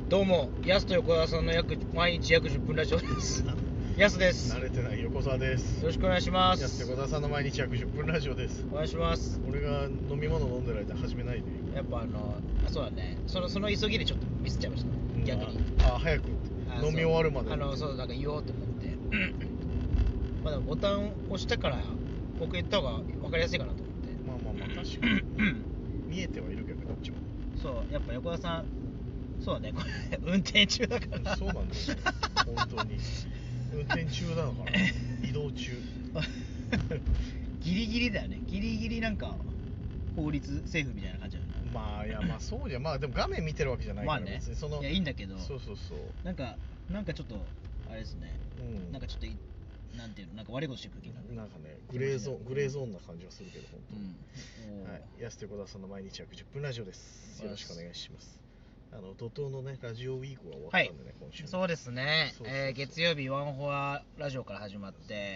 どうも、ヤスと横田さんの毎日約10分ラジオです。ヤスです。 慣れてない横澤です。 よろしくお願いします。 ヤスと横田さんの毎日約10分ラジオです。 お願いします。 俺が飲み物飲んでる間始めないで。 やっぱそうだね。その急ぎでちょっとミスっちゃいました。逆に。 早く飲み終わるまで。 そうなんか言おうと思って。まあでもボタン押したから僕言った方が分かりやすいかなと思って。 まあ確かに。見えてはいるけどこっちも。 そう、やっぱ横田さん。そうだね、これ運転中だから。 そうなんですよ。本当に運転中なのかな。移動中。 ギリギリだよね。ギリギリなんか法律セーフみたいな感じだよね。 まあいやまあそうじゃ、まあでも画面見てるわけじゃないから別にその、 いやいいんだけど。 そうなんかちょっとあれですね。なんかちょっとなんていうの、なんか悪いことしてくる気になる。 なんかね、グレーゾーンな感じはするけど本当。はい、安手小田さんの毎日約10分ラジオです。よろしくお願いします。怒涛のねラジオウィークが終わったんでね、今週。 そうですね。月曜日ワンフォアラジオから始まって、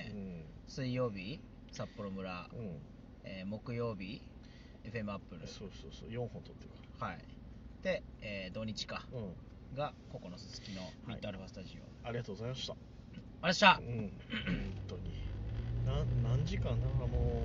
水曜日札幌村、木曜日 FM アップル。 そう4本撮ってるから。はい。で、土日か、がここのすすきのミッドアルファスタジオ。 ありがとうございました。 ありがとうございました。 本当に何時間だからもう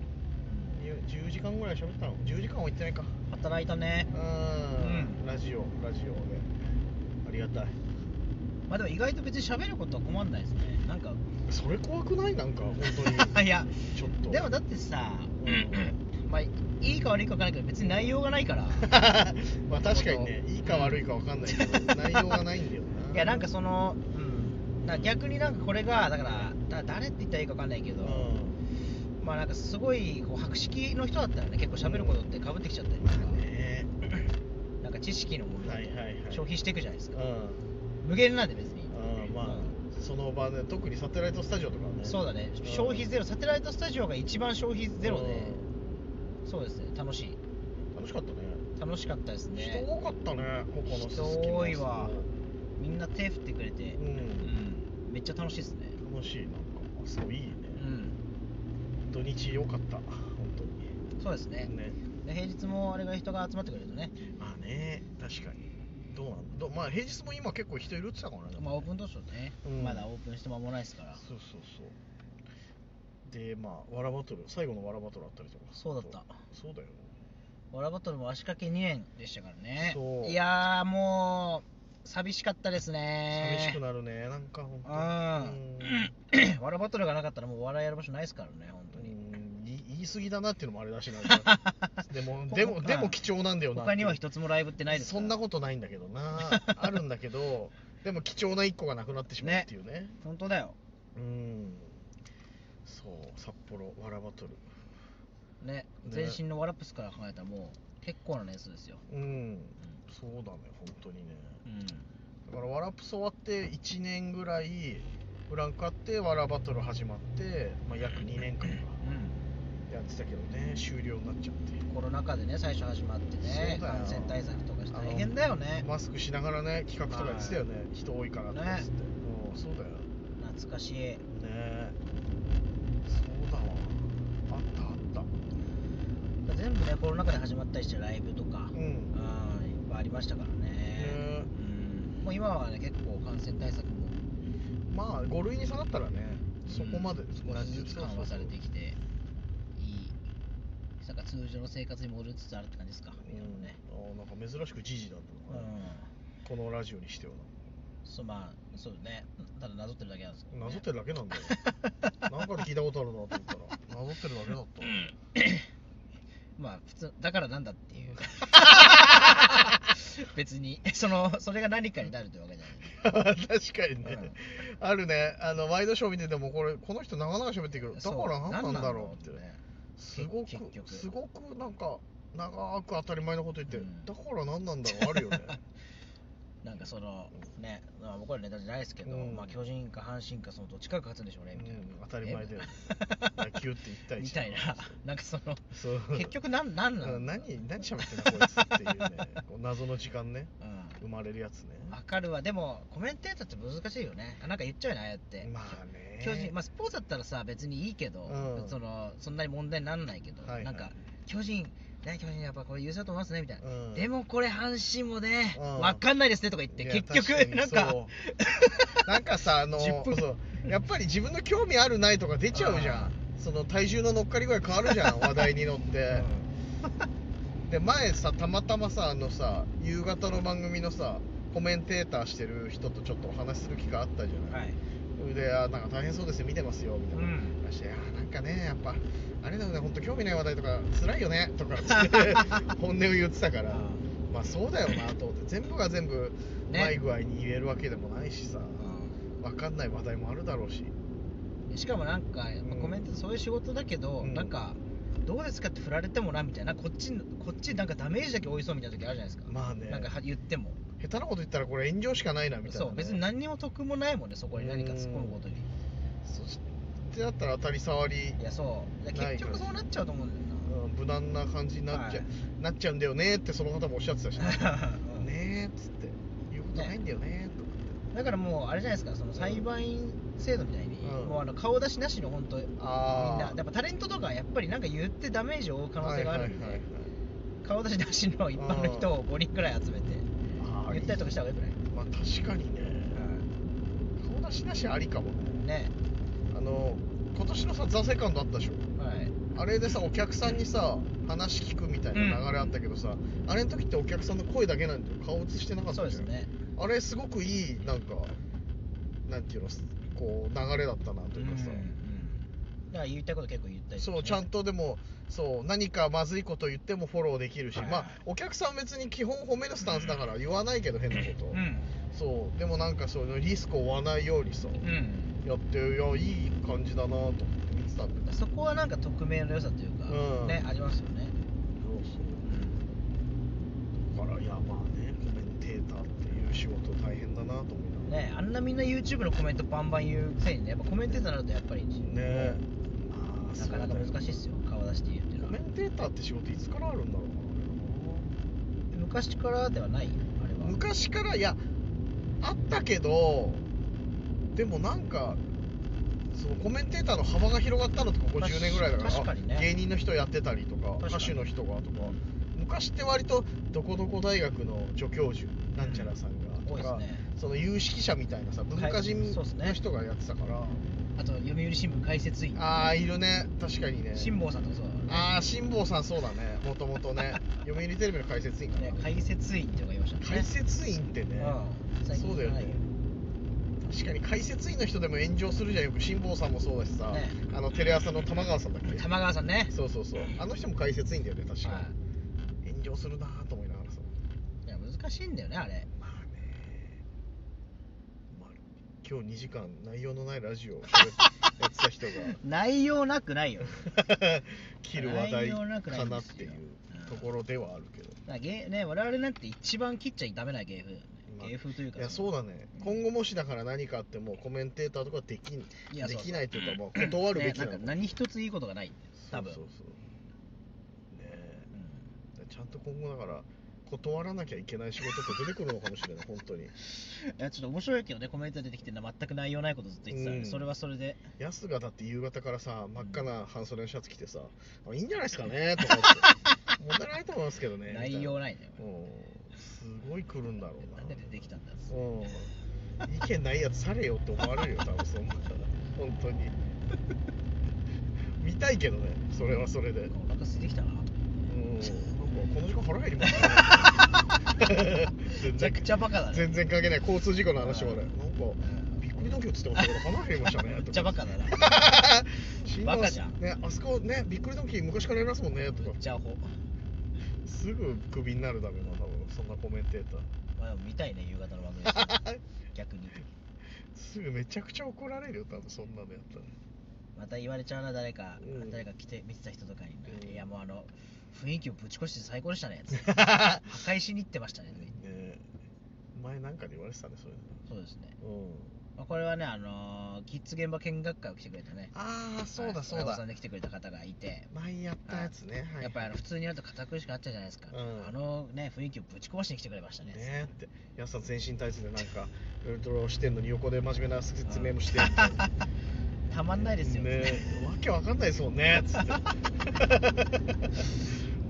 10時間ぐらい喋ったの。10時間は行ってないか。 働いたね。 ラジオでありがたい。 まあでも意外と別に喋ることは困んないですね。なんかそれ怖くない？なんか本当に。 いやちょっとでもだってさ、まあいいか悪いか分からないけど別に内容がないから。 まあ確かにね、いいか悪いか分かんないけど内容がないんだよな。 いやなんか逆になんかこれがだから誰って言ったらいいか分かんないけど、まあなんかすごいこう博識の人だったらね、結構喋ることって被ってきちゃったりとか、なんか知識のものを消費していくじゃないですか。無限なんで別に。 まあその場で特にサテライトスタジオとかね。 そうだね、消費ゼロ。サテライトスタジオが一番消費ゼロで、そうですね、楽しかったね。楽しかったですね。 人多かったね、ここの人多いわ。みんな手振ってくれて、めっちゃ楽しいですね。 楽しい、なんかすごいいいね。土日良かった本当に。 そうですね。平日もあれが人が集まってくれるとね。 まあね、確かに。どうなんだ。まあ平日も今結構人いるって言ってたからね。 まあオープン当初ね、まだオープンして間もないですから。 そうで、まあわらバトル、最後のわらバトルあったりとか。 そうだった。 そうだよ。 わらバトルも足掛け2年でしたからね。 そう。 いやーもう寂しかったですね。 寂しくなるね、なんか本当。 わらバトルがなかったらもうお笑いやる場所ないですからね、本当に。 言い過ぎだなっていうのもあれだしな。でも貴重なんだよな。 他には一つもライブってないですから。そんなことないんだけどな。あるんだけど、でも貴重な1個がなくなってしまうっていうね。 本当だよ。 そう、札幌わらバトルね、全身のワラップスから考えたらもう結構な年数ですよ。 そうだね、本当にね。だからワラプス終わって1年ぐらいブランクあってワラバトル始まって、まあ、約2年間かやってたけどね、終了になっちゃって。 コロナ禍でね、最初始まってね、感染対策とかして大変だよね。 マスクしながらね、企画とかやってたよね、人多いからってね。そうだよ。 懐かしいね。 そうだわ、あった全部ね、コロナ禍で始まったりしてライブとか、いっぱいありましたからね。もう今はね、結構感染対策もまあ5類に下がったらね、そこまで少しずつ緩和されてきて、いいなんか通常の生活に戻りつつあるって感じですか。 なんか珍しく時事だったのかな、このラジオにしては。 そうね、ただなぞってるだけなんですけど、 なぞってるだけなんだよ。なんかで聞いたことあるなと思ったらなぞってるだけだった。 まあ普通だからなんだっていう別にそれが何かになるというわけじゃない。 確かにね、あるね。ワイドショー見ててもこの人長々喋ってくる。だから何なんだろうってね。すごくなんか長く当たり前のこと言って、だから何なんだろうあるよね。 なんかね、僕はネタじゃないですけど、まあ巨人か阪神かそのどっちかが勝つんでしょうねみたいな。 当たり前だよね。野球って1対1みたいな。なんか結局何なの？ 何喋ってんだこいつっていうね。謎の時間ね。生まれるやつね。 わかるわ。でもコメンテーターって難しいよね。なんか言っちゃうよね、ああやって。 まあね。 巨人、まあスポーツだったらさ別にいいけど、そんなに問題にならないけど、なんか巨人巨人やっぱこれ優勝と思いますねみたいな、 うんでもこれ阪神もね、 うん分かんないですねとか言って、 いや結局確になんかそうなんかさ 10分そうやっぱり自分の興味あるないとか出ちゃうじゃん。その体重の乗っかり具合変わるじゃん話題に乗って、で前さたまたまさ夕方の番組のさコメンテーターしてる人とちょっとお話しする機会あったじゃない、 はい、 それでなんか大変そうですよ見てますよみたいな話して、なんかねやっぱあれだよね本当興味ない話題とか辛いよねとかって本音を言ってたからまあそうだよなと思って、全部が全部うまい具合に言えるわけでもないしさ、分かんない話題もあるだろうし、 しかもなんかやっぱコメントそういう仕事だけど、なんかどうですかって振られてもなみたいな、こっちなんかダメージだけ負いそうみたいな時あるじゃないですか。まあね、なんか言っても下手なこと言ったらこれ炎上しかないなみたいな、ね、 そう別に何にも得もないもんね、そこに何か突っ込むことに。 そしてだったら当たり障り、 いやそう結局そうなっちゃうと思うんだよな、 無難な感じになっちゃうんだよねってその方もおっしゃってたしねねっつって言うことないんだよねとかって、だからもうあれじゃないですか、その裁判員制度みたいに、もう顔出しなしの本当みんなやっぱタレントとかやっぱりなんか言ってダメージを負う可能性があるんで、顔出しなしの一般の人を5人くらい集めて言ったりとかした方がよくない？ まあ確かにね、顔出しなしありかもね。今年のさザ・セカンドあったでしょ、あれでさお客さんにさ話聞くみたいな流れあったけどさ、あれの時ってお客さんの声だけなんだよ、顔映してなかったじゃん。そうですね、あれすごくいいなんていうのこう流れだったなというかさ、だから言いたいこと結構言ったり、 そうちゃんとでもそう何かまずいこと言ってもフォローできるし、まあお客さん別に基本褒めるスタンスだから言わないけど変なこと、そうでもなんかそういうリスクを負わないようにさ、やっていい感じだなと思って見てたんだけど、 そこはなんか匿名の良さというか、ねありますよね。 そうだからまあねコメンテーターっていう仕事大変だなと思いながらね、あんなみんな YouTube のコメントバンバン言うくせにね、やっぱコメンテーターになるとやっぱりねなかなか難しいっすよ、顔出して言うっていうのは。 コメンテーターって仕事いつからあるんだろうな。 昔からではない？あれは昔からあったけど、でもなんかそのコメンテーターの幅が広がったのってここ10年ぐらいだから、確かにね、芸人の人やってたりとか歌手の人がとか、昔って割とどこどこ大学の助教授なんちゃらさんがとか、その有識者みたいなさ文化人の人がやってたから、 あと読売新聞解説員、 いるね、確かにね、 辛坊さんとかそうだね。 辛坊さんそうだね、もともとね読売テレビの解説員かな、 解説員っていうのがいましたね。 解説員ってね、そうだよね、確かに解説員の人でも炎上するじゃん、よく辛坊さんもそうだしさ、テレ朝の玉川さんだっけ、 玉川さんね、 そうあの人も解説員だよね確かに、炎上するなと思いながらさ、 いや難しいんだよねあれ。 今日2時間内容のないラジオをやってた人が内容なくないよ切る話題かなっていうところではあるけど、 我々なんて一番切っちゃダメな芸風というか、 いやそうだね、今後もしだから何かあってもコメンテーターとかできないというか、もう断るべきなの、 何一ついいことがない多分。 ちゃんと今後だから断らなきゃいけない仕事って出てくるのかもしれない本当に。いやちょっと面白いけどね、コメント出てきてるのは全く内容ないことずっと言ってたら、それはそれで。 ヤスがだって夕方からさ真っ赤な半袖のシャツ着てさ、いいんじゃないですかねとかって問題ないと思いますけどね内容ないね、 すごい来るんだろうな。 なんで出てきたんだ意見ないやつされよって思われるよ多分そんな本当に見たいけどね、それはそれでお腹空いてきたなと思って、 この時間腹減りますねめちゃくちゃバカだね。 全然関係ない交通事故の話まで、なんかびっくりドンキョっつってましたけど腹減りましたねめっちゃバカだなバカじゃんね、あそこねびっくりドンキ昔からやりますもんねとか、 めっちゃアホ、 すぐクビになるだろうな多分そんなコメンテーター。 まあ見たいね夕方の番組逆にすぐめちゃくちゃ怒られるよ多分そんなのやったら。 また言われちゃうな、誰か来て見てた人とかに、いやもう雰囲気をぶち越して最高でしたね破壊しに行ってましたねと言って、 前なんかで言われてたねそうですね、これはねキッズ現場見学会を来てくれたね、 そうだ親御さんで来てくれた方がいて、 前やったやつね、 やっぱり普通にやると堅苦しくなっちゃうじゃないですか、雰囲気をぶち壊しに来てくれましたねってやさ全身タイツでなんかウルトラしてんのに横で真面目な説明もしてみたいなたまんないですよわけわかんないですもんねつって意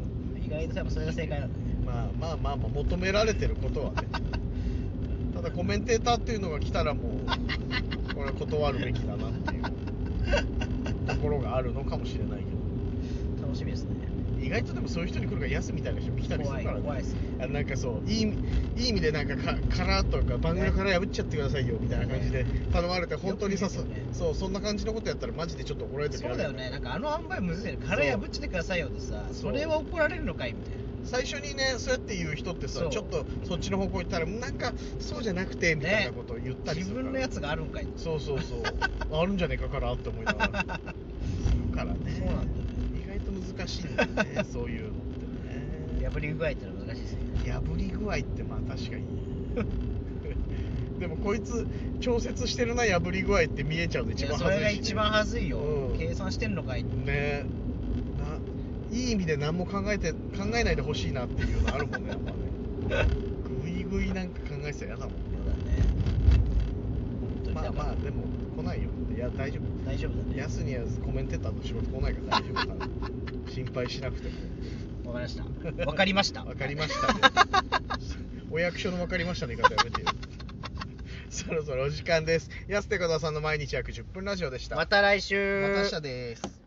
外とやっぱそれが正解なんだね。 まあ求められてることはねただコメンテーターっていうのが来たらもうこれは断るべきだなっていうところがあるのかもしれないけど、 楽しみですね。 意外とでもそういう人に来るから安みたいな人も来たりするからね。 怖いですね。 なんかそういい意味でなんか殻とか番組の殻破っちゃってくださいよみたいな感じで頼まれて、本当にさ、そうそんな感じのことやったらマジでちょっと怒られてる。 そうだよね。なんか塩梅むずいね。殻破っちゃってくださいよってさ、それは怒られるのかいみたいな。 最初にねそうやって言う人ってさ、ちょっとそっちの方向行ったらなんかそうじゃなくてみたいなことを言ったりするから、 自分のやつがあるんかい。 そうあるんじゃねえかからって思いながらするからね。 そうなんだよね。 意外と難しいんだよねそういうのってね。 破り具合ってのは難しいですね。 破り具合ってまあ確かにでもこいつ調節してるな破り具合って見えちゃうの一番恥ずいし、ね、 それが一番恥ずいよ、計算してんのかいね。いい意味で何も考えないでほしいなっていうのあるもんねやっぱねグイグイなんか考えてたら嫌だもんね。まあでも来ないよ。いや大丈夫だね。やすにはコメンテーターの仕事来ないから大丈夫だ心配しなくても。 わかりましたお役所の分かりましたの言い方やめてよそろそろお時間です。安手小沢さんの毎日約10分ラジオでした。 また来週。 また明日です。